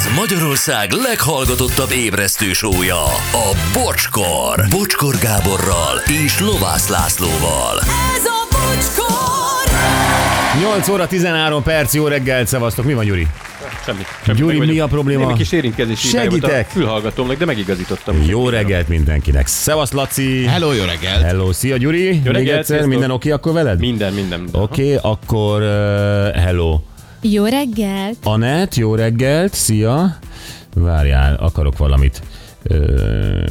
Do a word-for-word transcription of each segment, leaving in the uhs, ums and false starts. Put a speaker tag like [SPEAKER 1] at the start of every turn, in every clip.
[SPEAKER 1] Ez Magyarország leghallgatottabb ébresztő show-ja, a Bocskor. Bocskor Gáborral és Lovász Lászlóval.
[SPEAKER 2] Ez a Bocskor!
[SPEAKER 3] nyolc óra tizenhárom perc, jó reggelt, szevasztok. Mi van, Gyuri?
[SPEAKER 4] Semmi. semmi
[SPEAKER 3] Gyuri, mi a probléma?
[SPEAKER 4] Némi kis érintkezési
[SPEAKER 3] Segítek.
[SPEAKER 4] Fülhallgatómnak, de megigazítottam.
[SPEAKER 3] Jó reggelt mindenkinek. Szevasz, Laci.
[SPEAKER 5] Hello, jó reggelt.
[SPEAKER 3] Hello, szia, Gyuri.
[SPEAKER 4] Jó
[SPEAKER 3] Még
[SPEAKER 4] reggelt,
[SPEAKER 3] egyszer,
[SPEAKER 4] sziasztok.
[SPEAKER 3] minden oké okay, akkor veled?
[SPEAKER 4] Minden, minden. minden.
[SPEAKER 3] Oké, okay, akkor uh, hello.
[SPEAKER 2] Jó reggelt!
[SPEAKER 3] Anett, jó reggelt, szia. Várjál, akarok valamit. Uh,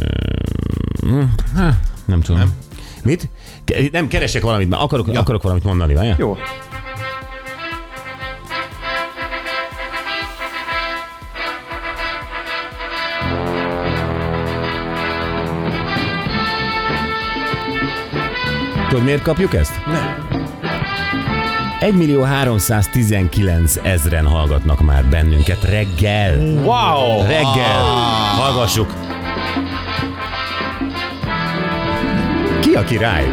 [SPEAKER 3] nem tudom. Nem. Mit? Ke- nem, keresek valamit, mert akarok, ja. akarok valamit mondani, várjál.
[SPEAKER 4] Jó.
[SPEAKER 3] Tudod, miért kapjuk ezt?
[SPEAKER 4] Nem.
[SPEAKER 3] egymillió háromszáztizenkilenc ezren hallgatnak már bennünket reggel.
[SPEAKER 4] Wow!
[SPEAKER 3] Reggel. Hallgassuk. Ki a király?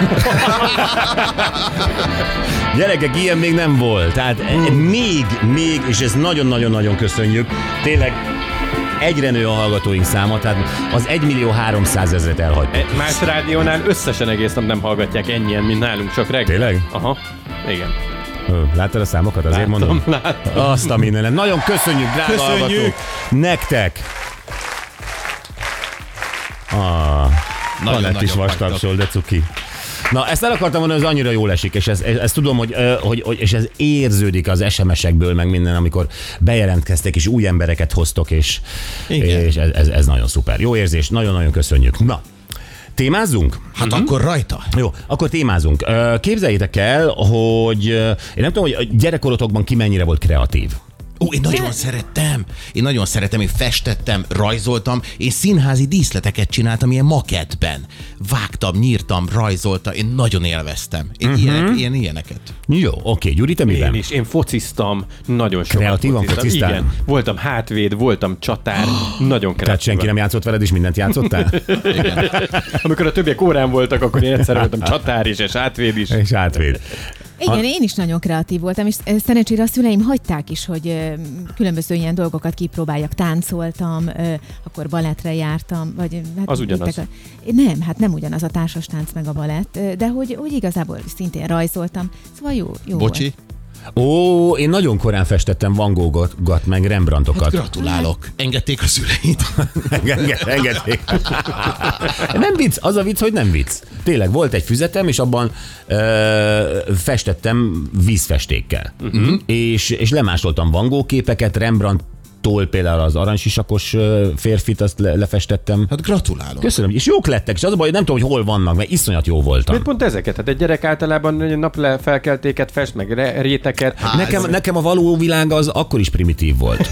[SPEAKER 3] Gyerekek, ilyen még nem volt. Tehát még, még, és ezt nagyon-nagyon-nagyon köszönjük. Tényleg egyre nő a hallgatóink száma, tehát az egymillió háromszázezret elhagytuk.
[SPEAKER 4] Más rádiónál összesen egész nap nem hallgatják ennyien, mint nálunk, csak reggel.
[SPEAKER 3] Tényleg?
[SPEAKER 4] Aha, igen.
[SPEAKER 3] Ö, láttad a számokat? Azért
[SPEAKER 4] Láttam,
[SPEAKER 3] mondom.
[SPEAKER 4] láttam.
[SPEAKER 3] Azt a mindenem. Nagyon köszönjük, drága
[SPEAKER 5] Köszönjük.
[SPEAKER 3] hallgatók. Nektek. Ah, Anett is vastapsol, de cuki. Na, ezt el akartam mondani, hogy ez annyira jól esik, és ezt, ezt tudom, hogy, hogy, hogy és ez érződik az es em es-ekből, meg minden, amikor bejelentkeztek, és új embereket hoztok, és, és ez, ez, ez nagyon szuper. Jó érzés, nagyon-nagyon köszönjük. Na, témázzunk?
[SPEAKER 5] Hát mm-hmm. akkor rajta.
[SPEAKER 3] Jó, akkor témázunk. Képzeljétek el, hogy én nem tudom, hogy gyerekkorotokban ki mennyire volt kreatív.
[SPEAKER 5] Ó, én nagyon szerettem. Én nagyon szerettem, én festettem, rajzoltam, én színházi díszleteket csináltam ilyen makettben. Vágtam, nyírtam, rajzoltam, én nagyon élveztem. Én uh-huh. ilyenek, ilyen, ilyeneket.
[SPEAKER 3] Jó, oké, Gyuri, te miben?
[SPEAKER 4] Én is, én fociztam, nagyon sokat
[SPEAKER 3] Kreatívan
[SPEAKER 4] fociztam.
[SPEAKER 3] fociztál?
[SPEAKER 4] Igen, voltam hátvéd, voltam csatár, nagyon kreatív.
[SPEAKER 3] Tehát senki nem játszott veled, és mindent játszottál?
[SPEAKER 4] Igen. Amikor a többiek órán voltak, akkor én egyszer voltam csatár is, és hátvéd is.
[SPEAKER 3] És átvéd.
[SPEAKER 2] Igen, én is nagyon kreatív voltam, és szerencsére a szüleim hagyták is, hogy különböző ilyen dolgokat kipróbáljak. Táncoltam, akkor balettre jártam. Vagy, hát
[SPEAKER 4] az ugyanaz.
[SPEAKER 2] A... Nem, hát nem ugyanaz a társas tánc meg a balett, de hogy, hogy igazából szintén rajzoltam. Szóval jó, jó
[SPEAKER 5] Bocsi?
[SPEAKER 2] volt.
[SPEAKER 3] Ó, én nagyon korán festettem Van Gogh-ot, meg Rembrandtokat.
[SPEAKER 5] Hát gratulálok. Engedték a szüleid.
[SPEAKER 3] Enged, engedték. Nem vicc, az a vicc, hogy nem vicc. Tényleg volt egy füzetem, és abban ö, festettem vízfestékkel. Uh-huh. És, és lemásoltam Van Gogh képeket, Rembrandt tól például az aranysisakos férfit, azt le, lefestettem.
[SPEAKER 5] Hát gratulálok.
[SPEAKER 3] Köszönöm, és jók lettek, és az a baj, hogy nem tudom, hogy hol vannak, mert iszonyat jó voltam.
[SPEAKER 4] Miért pont ezeket? Hát egy gyerek általában naple felkeltéket fest, meg re- réteket.
[SPEAKER 5] Hát,
[SPEAKER 3] Nekem, nekem a való világ az akkor is primitív volt.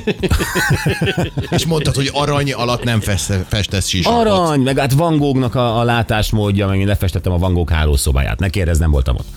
[SPEAKER 5] És mondtad, hogy arany alatt nem fest, festesz sisakot.
[SPEAKER 3] Arany, meg hát Van Goghnak a, a látásmódja, meg én lefestettem a Van Gogh hálószobáját. Ne kérdezz, nem voltam ott.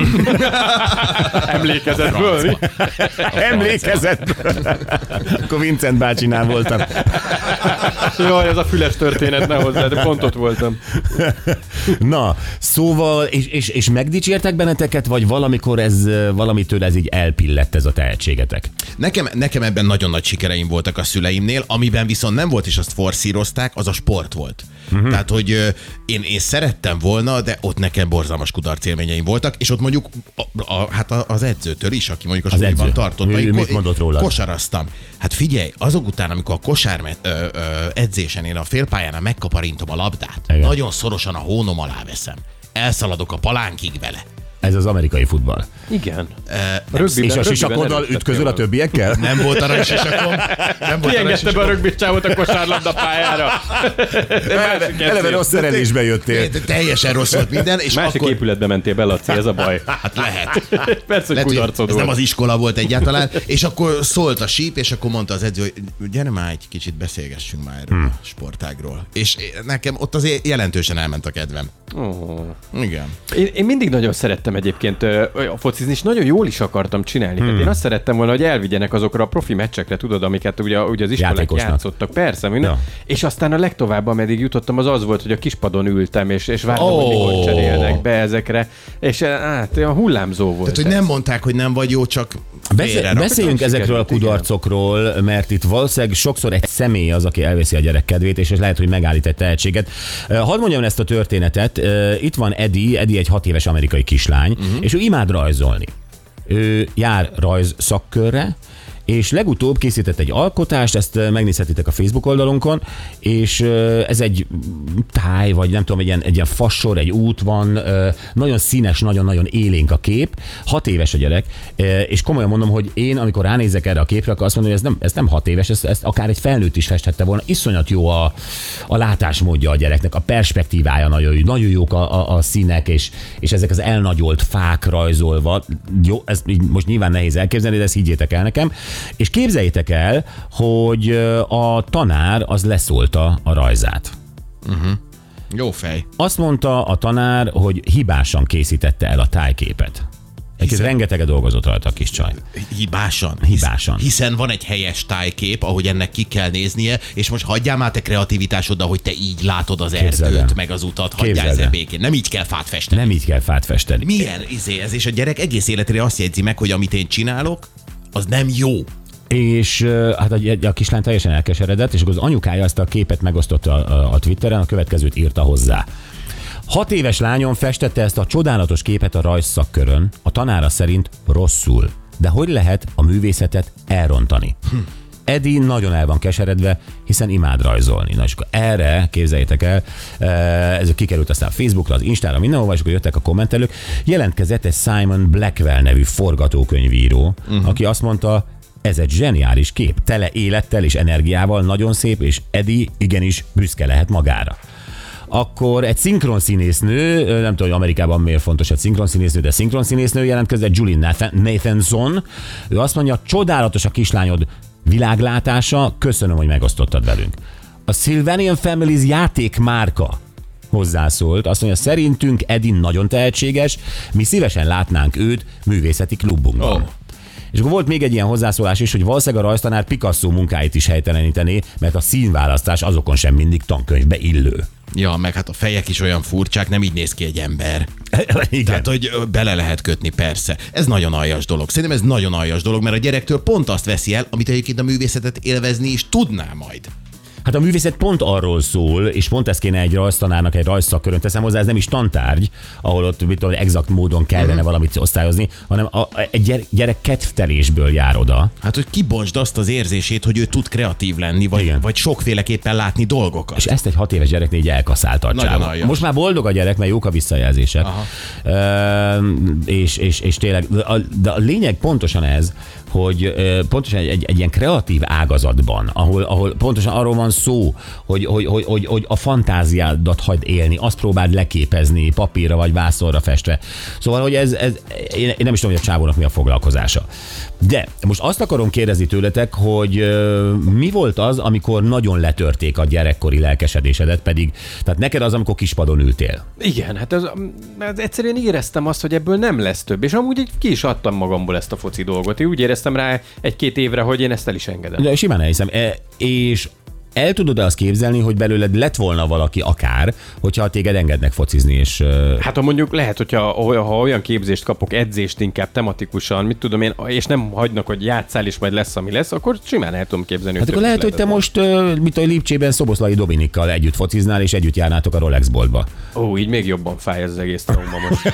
[SPEAKER 4] Emlékezetből, mi?
[SPEAKER 3] Emlékezetből. Akkor Vincent bácsinál voltam.
[SPEAKER 4] Jaj, ez a füles történet ne hozzá, de pont ott voltam.
[SPEAKER 3] Na, szóval, és, és, és megdicsértek benneteket, vagy valamikor ez, valamitől ez így elpillett ez a tehetségetek?
[SPEAKER 5] Nekem, nekem ebben nagyon nagy sikereim voltak a szüleimnél, amiben viszont nem volt, és azt forszírozták, az a sport volt. Uh-huh. Tehát, hogy ö, én, én szerettem volna, de ott nekem borzalmas kudarc élményeim voltak, és ott mondjuk a, a, hát az edzőtől is, aki mondjuk a suliban tartott.
[SPEAKER 3] Ő,
[SPEAKER 5] vagy,
[SPEAKER 3] mit mondott róla?
[SPEAKER 5] Kosaraztam. Hát figyelj, azok után, amikor a kosár ö, ö, edzésen én a félpályánál megkaparintom a labdát, igen, nagyon szorosan a hónom alá veszem, elszaladok a palánkig vele.
[SPEAKER 3] Ez az amerikai futball.
[SPEAKER 4] Igen.
[SPEAKER 5] Uh,
[SPEAKER 3] és a sisakoddal ütközöl a többiekkel?
[SPEAKER 5] Nem volt arany sisakom.
[SPEAKER 4] Ki engedte be a rögbiscsávot a kosárlabda pályára?
[SPEAKER 3] Eleve rossz szerelésbe jöttél.
[SPEAKER 5] Teljesen rossz volt minden. És
[SPEAKER 4] másik
[SPEAKER 5] akkor...
[SPEAKER 4] épületbe mentél be, Laci, ez a baj.
[SPEAKER 5] Hát lehet.
[SPEAKER 4] Persze, hogy kudarcod volt.
[SPEAKER 5] Ez nem az iskola volt egyáltalán. És akkor szólt a síp, és akkor mondta az edző, hogy gyere már egy kicsit beszélgessünk már erről hmm. a sportágról. És nekem ott azért jelentősen elment a kedvem.
[SPEAKER 4] Oh.
[SPEAKER 5] Igen.
[SPEAKER 4] Én, én mindig nagyon szerettem egyébként a focizni, és nagyon jól is akartam csinálni. Hmm. Én azt szerettem volna, hogy elvigyenek azokra a profi meccsekre, tudod, amiket ugye, ugye az iskolák
[SPEAKER 3] Játékosnak
[SPEAKER 4] játszottak. Persze, minden. Ja. És aztán a legtovább, ameddig jutottam, az az volt, hogy a kispadon ültem, és, és vártam, oh. hogy mikor cserélnek be ezekre. És hát a hullámzó volt.
[SPEAKER 5] Tehát, hogy nem mondták, hogy nem vagy jó, csak
[SPEAKER 3] Beszél, beszéljünk ezekről a kudarcokról, mert itt valószínűleg sokszor egy személy az, aki elveszi a gyerek kedvét, és ez lehet, hogy megállít egy tehetséget. Hadd mondjam ezt a történetet. Itt van Eddie, Eddie egy hat éves amerikai kislány, uh-huh. és ő imád rajzolni. Ő jár rajz szakkörre, és legutóbb készített egy alkotást, ezt megnézhetitek a Facebook oldalunkon, és ez egy táj, vagy nem tudom, egy ilyen, egy ilyen fassor, egy út van, nagyon színes, nagyon-nagyon élénk a kép, hat éves a gyerek, és komolyan mondom, hogy én, amikor ránézek erre a képre, akkor azt mondom, hogy ez nem, ez nem hat éves, ez, ezt akár egy felnőtt is festhette volna. Iszonyat jó a, a látásmódja a gyereknek, a perspektívája nagyon jó, nagyon jók a, a, a színek, és, és ezek az elnagyolt fák rajzolva. Jó, ez most nyilván nehéz elképzelni, de ezt higgyétek el nekem. És képzeljétek el, hogy a tanár az leszólta a rajzát.
[SPEAKER 5] Uh-huh. Jó fej.
[SPEAKER 3] Azt mondta a tanár, hogy hibásan készítette el a tájképet. Hiszen... rengeteget dolgozott rajta a kis csaj.
[SPEAKER 5] Hibásan?
[SPEAKER 3] Hibásan.
[SPEAKER 5] Hiszen van egy helyes tájkép, ahogy ennek ki kell néznie, és most hagyjál már te kreativitásoddal, hogy te így látod az
[SPEAKER 3] Képzeld
[SPEAKER 5] erdőt,
[SPEAKER 3] el.
[SPEAKER 5] meg az utat, hagyjál ezzel békén. Nem így kell fát festeni.
[SPEAKER 3] Nem így kell fát festeni.
[SPEAKER 5] Milyen izé ez? És a gyerek egész életére azt jegyzi meg, hogy amit én csinálok, az nem jó. És hát a, a kislány teljesen elkeseredett, és akkor az anyukája ezt a képet megosztotta a, a Twitteren, a következőt írta hozzá. Hat éves lányom festette ezt a csodálatos képet a rajzszakkörön, a tanára szerint rosszul. De hogy lehet a művészetet elrontani? Hm. Eddie nagyon el van keseredve, hiszen imád rajzolni. Na és akkor erre, képzeljétek el, ez kikerült aztán a Facebookra, az Instára, mindenhova, és akkor jöttek a kommentelők. Jelentkezett egy Simon Blackwell nevű forgatókönyvíró, uh-huh. aki azt mondta, ez egy zseniális kép, tele élettel és energiával, nagyon szép, és Eddie igenis büszke lehet magára. Akkor egy szinkronszínésznő, nem tudom, hogy Amerikában miért fontos egy szinkronszínésznő, de szinkronszínésznő jelentkezett, Julie Nathanson. Ő azt mondja, csodálatos a kislányod világlátása, köszönöm, hogy megosztottad velünk. A Sylvanian Families játékmárka hozzászólt, azt mondja, szerintünk Eddie nagyon tehetséges, mi szívesen látnánk őt művészeti klubunkban. Oh. És akkor volt még egy ilyen hozzászólás is, hogy valószínűleg a rajztanár Picasso munkáit is helytelenítené, mert a színválasztás azokon sem mindig tankönyvbe illő. Ja, meg hát a fejek is olyan furcsák, nem így néz ki egy ember.
[SPEAKER 3] Igen.
[SPEAKER 5] Tehát, hogy bele lehet kötni, persze. Ez nagyon aljas dolog. Szerintem ez nagyon aljas dolog, mert a gyerektől pont azt veszi el, amit egyébként a művészetet élvezni is tudná majd.
[SPEAKER 3] Hát a művészet pont arról szól, és pont ez kéne egy rajztanárnak, egy rajzszakkörön, teszem hozzá, ez nem is tantárgy, ahol ott mit tudom, exakt módon kellene uh-huh. valamit osztályozni, hanem a, a, egy gyerek, gyerek kedvtelésből jár oda.
[SPEAKER 5] Hát, hogy kibontsd azt az érzését, hogy ő tud kreatív lenni, vagy, vagy sokféleképpen látni dolgokat.
[SPEAKER 3] És ezt egy hat éves gyereknél így elkaszálta a csávó. Most már boldog a gyerek, mert jók a visszajelzések. Uh, és, és, és tényleg, de a lényeg pontosan ez, hogy pontosan egy, egy, egy ilyen kreatív ágazatban, ahol, ahol pontosan arról van szó, hogy, hogy, hogy, hogy, hogy a fantáziádat hagyd élni, azt próbáld leképezni papírra vagy vászonra festve. Szóval, hogy ez, ez én, én nem is tudom, hogy a csávónak mi a foglalkozása. De most azt akarom kérdezni tőletek, hogy uh, mi volt az, amikor nagyon letörték a gyerekkori lelkesedésedet, pedig, tehát neked az, amikor kispadon ültél.
[SPEAKER 4] Igen, hát ez, ez egyszerűen éreztem azt, hogy ebből nem lesz több, és amúgy ki is adtam magamból ezt a foci dolgot. Én úgy éreztem rá egy-két évre, hogy én ezt el is engedem.
[SPEAKER 3] De simán elhiszem. E, és el tudod-e azt képzelni, hogy belőled lett volna valaki akár, hogyha téged engednek focizni, és...
[SPEAKER 4] Hát ha mondjuk lehet, hogyha ha olyan képzést kapok, edzést inkább tematikusan, mit tudom én, és nem hagynak, hogy játsszál, és majd lesz, ami lesz, akkor simán el tudom képzelni.
[SPEAKER 3] Hát akkor lehet, hogy te most, mit tudom, Lipcsében Szoboszlai Dominikkal együtt fociznál, és együtt járnátok a Rolex boltba.
[SPEAKER 4] Ó, így még jobban fáj ez az egész trauma most.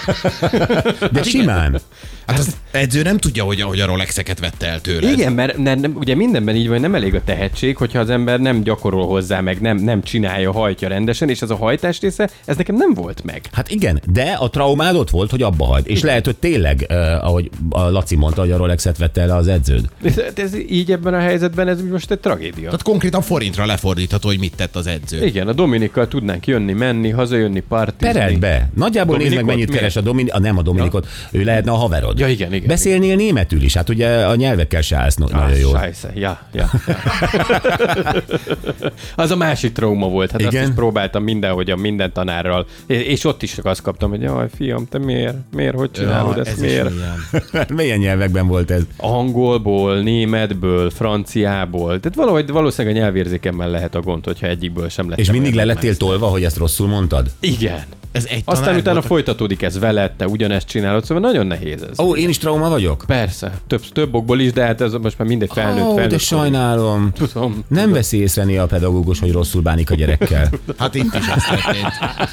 [SPEAKER 3] De simán.
[SPEAKER 5] Hát az edző nem tudja, hogy, hogy a Rolexeket vette el tőle.
[SPEAKER 4] Igen, mert nem, nem, ugye mindenben így van, nem elég a tehetség, hogyha az ember nem gyakorol hozzá, meg nem, nem csinálja, hajtja rendesen, és ez a hajtás része, ez nekem nem volt meg.
[SPEAKER 3] Hát igen, de a traumád ott volt, hogy abba hagyd. És lehet, hogy tényleg, eh, ahogy a Laci mondta, hogy a Rolexet vette el az edződ.
[SPEAKER 4] Ez, ez így ebben a helyzetben, ez most egy tragédia.
[SPEAKER 5] Tehát konkrétan forintra lefordítható, hogy mit tett az edző.
[SPEAKER 4] Igen, a Dominikkal tudnánk jönni, menni, hazajönni, partizni.
[SPEAKER 3] Pereld be. Nagyjából nézd meg, mennyit miért? keres a Dominik, a, nem a Dominikot, ja. Ő lehetne a haverod.
[SPEAKER 4] Ja, igen, igen.
[SPEAKER 3] Beszélnél igen. németül is, hát ugye a nyelvekkel se állsz no-
[SPEAKER 4] ah,
[SPEAKER 3] nagyon jól.
[SPEAKER 4] Scheisse. Ja, ja, ja. Az a másik trauma volt, hát igen? Azt is próbáltam mindenhogyan, minden tanárral, és ott is csak azt kaptam, hogy jaj, fiam, te miért, miért, hogy csinálod ja, ezt, ez miért?
[SPEAKER 3] Milyen nyelvekben volt ez?
[SPEAKER 4] Angolból, németből, franciából, tehát valahogy valószínűleg a nyelvérzékemmel lehet a gond, hogyha egyikből sem lett.
[SPEAKER 3] És mindig le lettél tolva, hogy ezt rosszul mondtad?
[SPEAKER 4] Igen.
[SPEAKER 5] Ez egy
[SPEAKER 4] Aztán utána
[SPEAKER 5] volt.
[SPEAKER 4] folytatódik ez veled, te ugyanezt csinálod, szóval nagyon nehéz ez.
[SPEAKER 3] Ó, Ó, én is trauma vagyok?
[SPEAKER 4] Persze, több, több okból is, de hát ez most már mindegy felnőtt.
[SPEAKER 3] Ó,
[SPEAKER 4] felnőtt
[SPEAKER 3] de sajnálom.
[SPEAKER 4] Tudom.
[SPEAKER 3] Nem veszi észre néha a pedagógus, hogy rosszul bánik a gyerekkel.
[SPEAKER 5] Hát itt is ez történt.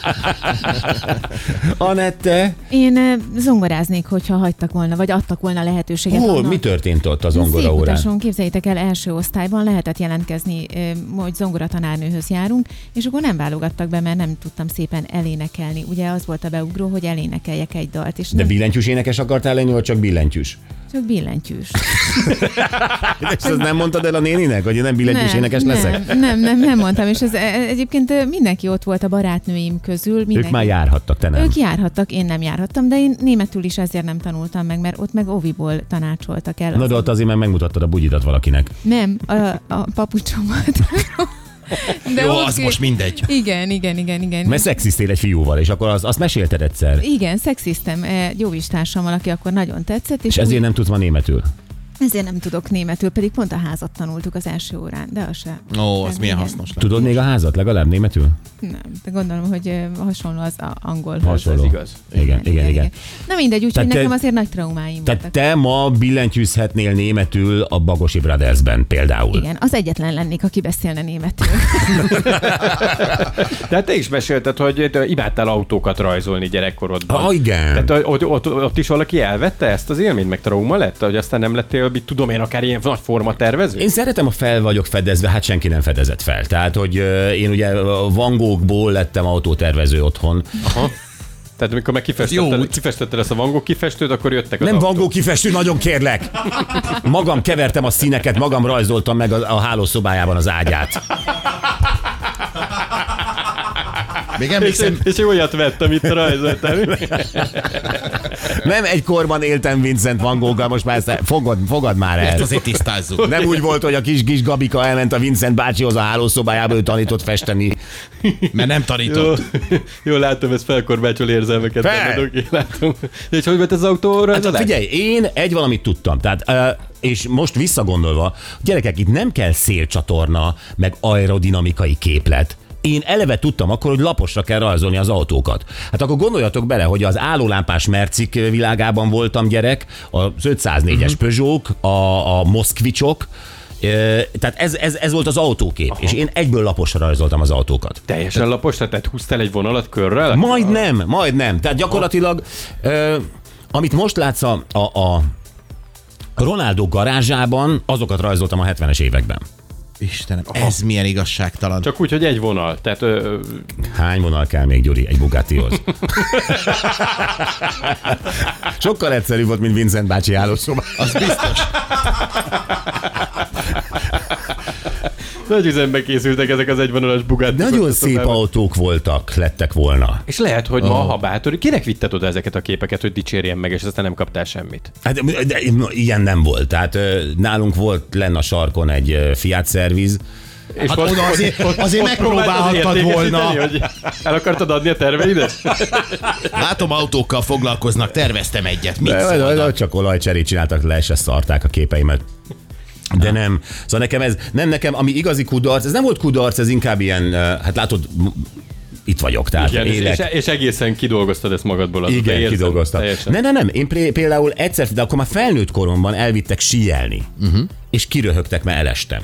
[SPEAKER 3] Anette?
[SPEAKER 2] Én eh, zongoráznék, hogyha hagytak volna, vagy adtak volna lehetőséget.
[SPEAKER 3] Hol?
[SPEAKER 2] annak.
[SPEAKER 3] Mi történt ott a zongora órán?
[SPEAKER 2] Széputason, képzeljétek el, első osztályban lehetett jelentkezni, eh, hogy zongoratanárnőhöz járunk, és akkor nem válogattak be, mert nem tudtam szépen elénekelni. Ugye az volt a beugró, hogy elénekeljek egy dalt. És
[SPEAKER 3] De
[SPEAKER 2] nem,
[SPEAKER 3] billentyűs énekes akartál lenni, vagy csak billentyűs?
[SPEAKER 2] csak billentyűs.
[SPEAKER 3] És azt nem mondtad el a néninek, hogy én nem billentyűs énekes leszek?
[SPEAKER 2] Nem, nem, nem, nem mondtam, és ez eh, egyébként eh, mindenki ott volt a barátnőim közül. Mindenki.
[SPEAKER 3] Ők már járhattak, te nem.
[SPEAKER 2] Ők járhattak, én nem járhattam, de én németül is ezért nem tanultam meg, mert ott meg óviból tanácsoltak el.
[SPEAKER 3] Na de ott azért, mert megmutattad a bugyidat valakinek.
[SPEAKER 2] Nem, a, a papucsomat. De
[SPEAKER 5] Jó,
[SPEAKER 2] oké.
[SPEAKER 5] az most mindegy.
[SPEAKER 2] Igen, igen, igen, igen.
[SPEAKER 3] Mert szexisztél egy fiúval, és akkor az, azt mesélted egyszer.
[SPEAKER 2] Igen, szexiztem egy jóvistársammal, aki akkor nagyon tetszett. És,
[SPEAKER 3] És ezért
[SPEAKER 2] úgy,
[SPEAKER 3] nem tudsz ma németül.
[SPEAKER 2] ezért nem tudok németül, pedig pont a házat tanultuk az első órán, de az se.
[SPEAKER 5] Ó, az
[SPEAKER 2] nem,
[SPEAKER 5] milyen
[SPEAKER 2] igen.
[SPEAKER 5] hasznos lett.
[SPEAKER 3] Tudod még a házat legalább németül?
[SPEAKER 2] Nem, de gondolom, hogy ö, hasonló az a angolhoz.
[SPEAKER 3] Hasonló.
[SPEAKER 4] Ez igaz.
[SPEAKER 3] Igen, igen, igen.
[SPEAKER 2] Na mindegy, úgyhogy
[SPEAKER 3] Tehát te-
[SPEAKER 2] nekem azért nagy traumáim
[SPEAKER 3] Tehát
[SPEAKER 2] voltak.
[SPEAKER 3] te ma billentyűzhetnél németül a Bagosi Brothersben például.
[SPEAKER 2] Igen, az egyetlen lennék, aki beszélne németül.
[SPEAKER 4] De te is mesélted, hogy te imádtál autókat rajzolni gyerekkorodban.
[SPEAKER 3] Ah, igen.
[SPEAKER 4] Tehát ott, ott, ott is valaki elvette ezt az élményt, meg trauma lett, hogy aztán nem lettél, mit tudom én, akár ilyen nagy forma tervező?
[SPEAKER 3] Én szeretem, a fel vagyok fedezve, hát senki nem fedezett fel. Tehát, hogy ö, én ugye a Van Goghból lettem autótervező otthon.
[SPEAKER 4] Aha. Tehát amikor meg
[SPEAKER 5] Jó,
[SPEAKER 4] kifestetted,
[SPEAKER 5] úgy.
[SPEAKER 4] kifestetted ezt a Van Gogh kifestőt, akkor jöttek az
[SPEAKER 3] Nem
[SPEAKER 4] autók.
[SPEAKER 3] Van Gogh kifestő, nagyon kérlek. Magam kevertem a színeket, magam rajzoltam meg a, a hálószobájában az ágyát.
[SPEAKER 5] Még
[SPEAKER 4] És,
[SPEAKER 5] emlékszem,
[SPEAKER 4] és olyat vettem itt a rajzoltál.
[SPEAKER 3] Nem egy korban éltem Vincent Van Gogh-gal, most már ezt fogad, fogad már
[SPEAKER 5] ezt
[SPEAKER 3] el.
[SPEAKER 5] azért tisztázzuk.
[SPEAKER 3] Nem úgy volt, hogy a kis kis Gabika elment a Vincent bácsihoz a hálószobájába, ő tanított festeni.
[SPEAKER 5] Mert nem
[SPEAKER 4] Jó,
[SPEAKER 5] tanított.
[SPEAKER 4] jó, látom, ez felkorbácsol érzelmeket.
[SPEAKER 3] Fel!
[SPEAKER 4] Támadok, én látom. De és hogy volt ez az autó
[SPEAKER 3] Hát figyelj, én egy valamit tudtam, tehát, ö, és most visszagondolva, gyerekek, itt nem kell szélcsatorna, meg aerodinamikai képlet. Én eleve tudtam akkor, hogy laposra kell rajzolni az autókat. Hát akkor gondoljatok bele, hogy az állólámpás mercik világában voltam gyerek, az ötszáznégyes uh-huh. Peugeot, a, a Moszkvicsok, tehát ez, ez, ez volt az autókép, aha. És én egyből laposra rajzoltam az autókat.
[SPEAKER 4] Teljesen lapos, tehát húztál egy vonalat körrel?
[SPEAKER 3] Majd nem, majd nem. Tehát gyakorlatilag, ö, amit most látsz a, a, a Ronaldo garázsában, azokat rajzoltam a hetvenes években.
[SPEAKER 5] Istenem, ez milyen igazságtalan.
[SPEAKER 4] Csak úgy, hogy egy vonal. Tehát, ö,
[SPEAKER 3] Hány vonal kell még, Gyuri, egy Bugattihoz? Sokkal egyszerűbb volt, mint Vincent bácsi hálószoba.
[SPEAKER 5] Az biztos.
[SPEAKER 4] nagy üzembe készültek ezek az egyvonalas Bugatti.
[SPEAKER 3] Nagyon szép autók voltak, lettek volna.
[SPEAKER 4] És lehet, hogy ma, ha bátor, kinek vitted oda ezeket a képeket, hogy dicsérjen meg, és aztán nem kaptál semmit?
[SPEAKER 3] Hát de, de, ilyen nem volt. Tehát nálunk volt lenn a sarkon egy Fiat Service.
[SPEAKER 4] És
[SPEAKER 5] Hát oda azért, azért megpróbálhattad volna.
[SPEAKER 4] Hogy el akartad adni a terveidet?
[SPEAKER 5] Látom, autókkal foglalkoznak, terveztem egyet. Mit
[SPEAKER 3] De, de,
[SPEAKER 5] szólnak?
[SPEAKER 3] de, csak olajcserét csináltak le, és ezt szarták a képeimet. De nem. Szóval nekem ez, nem nekem, ami igazi kudarc, ez nem volt kudarc, ez inkább ilyen, hát látod, itt vagyok, tehát
[SPEAKER 4] Igen,
[SPEAKER 3] élek.
[SPEAKER 4] és, és egészen kidolgoztad ezt magadból.
[SPEAKER 3] Igen,
[SPEAKER 4] érzem,
[SPEAKER 3] kidolgoztam.
[SPEAKER 4] teljesen.
[SPEAKER 3] Ne, ne, nem. Én pré- például egyszer, de akkor már felnőtt koromban elvittek síelni, uh-huh. és kiröhögtek, mert elestem.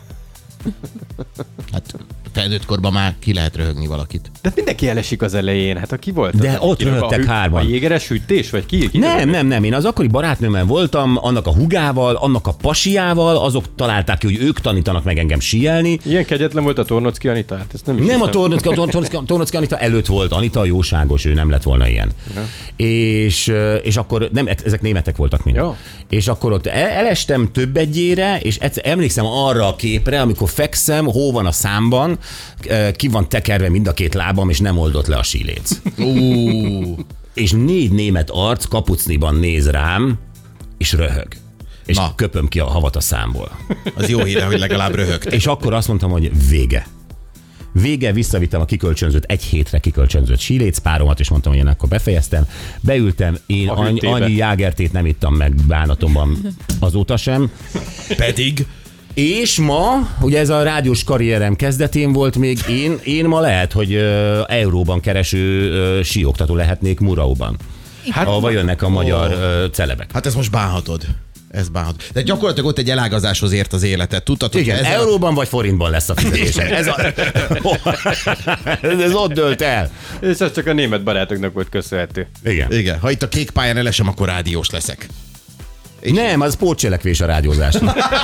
[SPEAKER 5] Hát felnőtt korban már ki lehet röhögni valakit.
[SPEAKER 4] De mindenki elesik az elején, hát aki volt?
[SPEAKER 3] De
[SPEAKER 4] az,
[SPEAKER 3] ott
[SPEAKER 4] aki-
[SPEAKER 3] röhögtek
[SPEAKER 4] a hű-
[SPEAKER 3] hárman.
[SPEAKER 4] A jégeres hűtés, vagy ki? ki
[SPEAKER 3] Nem, nem, nem. Én az akkori barátnőmmel voltam, annak a hugával, annak a pasiával, azok találták ki, hogy ők tanítanak meg engem síelni.
[SPEAKER 4] Ilyen kegyetlen volt a Tornocki Anita? Hát ezt nem is
[SPEAKER 3] Nem a
[SPEAKER 4] hiszem.
[SPEAKER 3] Tornocki, a Tornocki, Tornocki Anita előtt volt. Anita a jóságos, ő nem lett volna ilyen. És, és akkor, nem, ezek németek voltak mind.
[SPEAKER 4] Ja.
[SPEAKER 3] És akkor ott el- elestem több egyére, és egyszer emlékszem arra a képre, amikor fekszem, hó van a számban, ki van tekerve mind a két lábam, és nem oldott le a síléc.
[SPEAKER 5] Ú,
[SPEAKER 3] És négy német arc kapucniban néz rám, és röhög. És
[SPEAKER 5] Na.
[SPEAKER 3] köpöm ki a havat a számból.
[SPEAKER 5] az jó híre, hogy legalább röhögtek.
[SPEAKER 3] És akkor azt mondtam, hogy vége. Vége, visszavittem a kikölcsönzött, egy hétre kikölcsönzött sílécpáromat, és mondtam, hogy én akkor befejeztem. Beültem, én
[SPEAKER 4] A
[SPEAKER 3] annyi,
[SPEAKER 4] hűtébe.
[SPEAKER 3] annyi jágertét nem ittam meg bánatomban azóta sem.
[SPEAKER 5] Pedig
[SPEAKER 3] És ma, ugye ez a rádiós karrierem kezdetén volt még, én, én ma lehet, hogy ö, euróban kereső ö, síoktató lehetnék Murauban.
[SPEAKER 5] Hát,
[SPEAKER 3] ahova jönnek a magyar ö, celebek.
[SPEAKER 5] Hát ezt most bánhatod. Ez bánhatod. De gyakorlatilag ott egy elágazáshoz ért az életet. Tudtad,
[SPEAKER 3] Igen,
[SPEAKER 5] hogy
[SPEAKER 3] euróban a... vagy forintban lesz a fizetésed. Ez, a... ez ott dőlt el.
[SPEAKER 4] És ez csak a német barátoknak volt köszönhető.
[SPEAKER 3] Igen.
[SPEAKER 5] Igen, ha itt a kék pályán elesem, akkor rádiós leszek.
[SPEAKER 3] És nem, az pótcselekvés a rádiózás.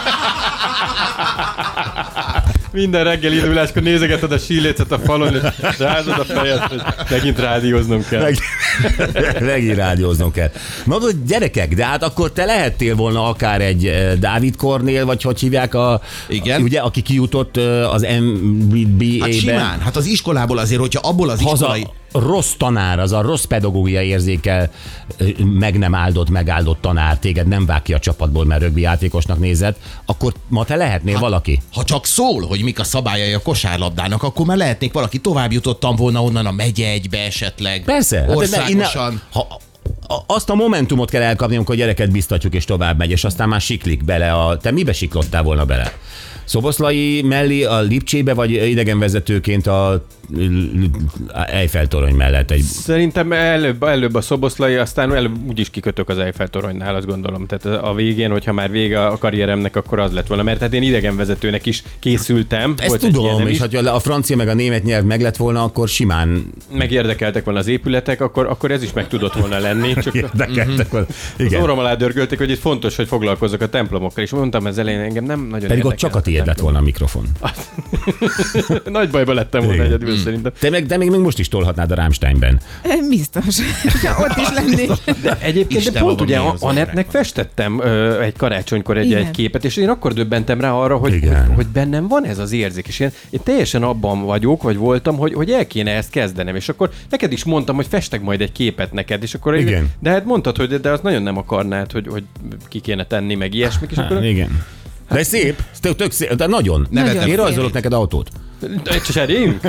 [SPEAKER 4] Minden reggel induláskor nézegeted a sílécet a falon, és rázod a fejed, hogy megint rádióznom kell.
[SPEAKER 3] Meg, megint rádióznom kell. Na, de gyerekek, de hát akkor te lehettél volna akár egy eh, Dávid Kornél, vagy hogy hívják a...
[SPEAKER 5] Igen.
[SPEAKER 3] Ugye, aki kijutott eh, az em bé á-ben.
[SPEAKER 5] Hát simán, hát az iskolából azért, hogyha abból az
[SPEAKER 3] Haza
[SPEAKER 5] iskolai...
[SPEAKER 3] rossz tanár, az a rossz pedagógiai érzékkel eh, meg nem áldott, megáldott tanár téged nem vág ki a csapatból, mert rögbi játékosnak nézett, akkor ma te lehetnél
[SPEAKER 5] ha,
[SPEAKER 3] valaki.
[SPEAKER 5] Ha csak szól, hogy mik a szabályai a kosárlabdának, akkor már lehetnék valaki, tovább jutottam volna onnan a megye egybe esetleg.
[SPEAKER 3] Persze. Hát
[SPEAKER 5] Országosan.
[SPEAKER 3] Innen, ha, a- azt a momentumot kell elkapni, amikor a gyereket biztatjuk és tovább megy, és aztán már siklik bele. A, te mibe siklottál volna bele? Szoboszlai mellé a Lipcsébe, vagy idegenvezetőként a Eiffel-torony mellett? Egy...
[SPEAKER 4] Szerintem előbb, előbb a Szoboszlai, aztán előbb úgyis kikötök az Eiffel-toronynál, azt gondolom. Tehát a végén, hogyha már vége a karrieremnek, akkor az lett volna. Mert hát én idegenvezetőnek is készültem.
[SPEAKER 3] Ezt
[SPEAKER 4] volt egy
[SPEAKER 3] tudom,
[SPEAKER 4] ilyenem
[SPEAKER 3] és
[SPEAKER 4] is.
[SPEAKER 3] ha a francia meg a német nyelv meg lett volna, akkor simán
[SPEAKER 4] Megérdekeltek volna az épületek, akkor, akkor ez is meg tudott volna lenni. Csak
[SPEAKER 3] érdekeltek volna.
[SPEAKER 4] az
[SPEAKER 3] Igen.
[SPEAKER 4] orrom alá dörgölték, hogy itt fontos, hogy foglalkozzak a templomokkal. És mondtam ez elején, engem nem nagyon
[SPEAKER 3] Pedig ott
[SPEAKER 4] érdekel
[SPEAKER 3] csak a tiéd lett volna a mikrofon.
[SPEAKER 4] Nagy bajba lettem volna
[SPEAKER 3] Igen.
[SPEAKER 4] egyedül szerintem.
[SPEAKER 3] Te meg, de még, még most is tolhatnád a Rammsteinben.
[SPEAKER 2] Biztos. Ott is lennék.
[SPEAKER 4] De egyébként
[SPEAKER 5] Isten
[SPEAKER 4] de pont
[SPEAKER 5] maga
[SPEAKER 4] ugye
[SPEAKER 5] mi az
[SPEAKER 4] Anettnek
[SPEAKER 5] emberek.
[SPEAKER 4] festettem ö, egy karácsonykor egy,
[SPEAKER 2] Igen.
[SPEAKER 4] egy képet, és én akkor döbbentem rá arra, hogy,
[SPEAKER 3] Igen.
[SPEAKER 4] hogy, hogy bennem van ez az érzék, és én, én teljesen abban vagyok, vagy voltam, hogy, hogy el kéne ezt kezdenem, és akkor neked is mondtam, hogy festek majd egy képet neked, és akkor
[SPEAKER 3] Igen.
[SPEAKER 4] de hát mondtad, hogy de azt nagyon nem akarnád, hogy, hogy ki kéne tenni, meg ilyesmik, és akkor
[SPEAKER 3] Hát, igen. De szép, tök, tök szép, de nagyon.
[SPEAKER 2] Nagyon
[SPEAKER 3] Én
[SPEAKER 2] szép.
[SPEAKER 3] rajzolok neked autót.
[SPEAKER 4] cseréljünk?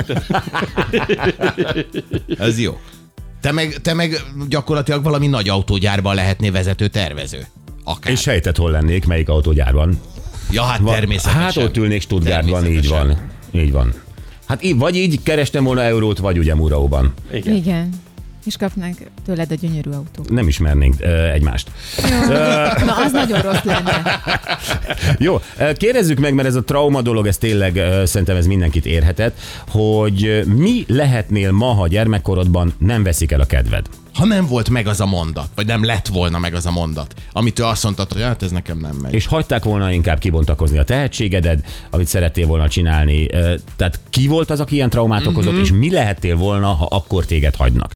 [SPEAKER 5] Ez jó. Te meg, te meg gyakorlatilag valami nagy autógyárban lehetnél vezető tervező. Akár.
[SPEAKER 3] És sejtett, hol lennék, melyik autógyárban.
[SPEAKER 5] Ja, hát
[SPEAKER 3] Va-
[SPEAKER 5] természetesen.
[SPEAKER 3] Hát ott ülnék Stuttgartban, így
[SPEAKER 5] Természetesen.
[SPEAKER 3] van. Így van. Hát így, vagy így kerestem volna eurót, vagy ugye Muraóban.
[SPEAKER 4] Igen.
[SPEAKER 2] Igen. És kapnánk tőled a gyönyörű autót.
[SPEAKER 3] Nem ismernénk ö, egymást.
[SPEAKER 2] Na, az nagyon rossz lenne.
[SPEAKER 3] Jó, ö, kérdezzük meg, mert ez a trauma dolog, ez tényleg ö, szerintem ez mindenkit érhetett, hogy ö, mi lehetnél ma, ha gyermekkorodban nem veszik el a kedved?
[SPEAKER 5] Ha nem volt meg az a mondat, vagy nem lett volna meg az a mondat, amit ő azt mondta, hogy hát ez nekem nem megy.
[SPEAKER 3] És hagyták volna inkább kibontakozni a tehetségeded, amit szerettél volna csinálni. Ö, Tehát ki volt az, aki ilyen traumát okozott, és mi lehettél volna, ha akkor téged hagynak?